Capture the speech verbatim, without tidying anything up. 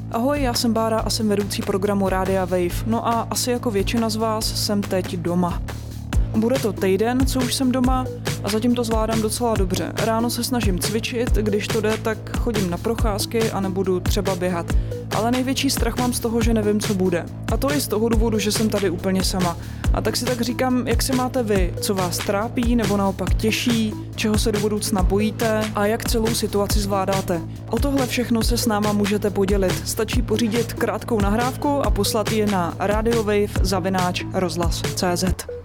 Ahoj, já jsem Bára a jsem vedoucí programu Rádia Wave. No a asi jako většina z vás jsem teď doma. Bude to týden, co už jsem doma a zatím to zvládám docela dobře. Ráno se snažím cvičit, když to jde, tak chodím na procházky a nebudu třeba běhat. Ale největší strach mám z toho, že nevím, co bude. A to i z toho důvodu, že jsem tady úplně sama. A tak si tak říkám, jak se máte vy, co vás trápí nebo naopak těší, čeho se do budoucna bojíte a jak celou situaci zvládáte. O tohle všechno se s náma můžete podělit. Stačí pořídit krátkou nahrávku a poslat ji na radiowave zavináč rozhlas tečka cé zet.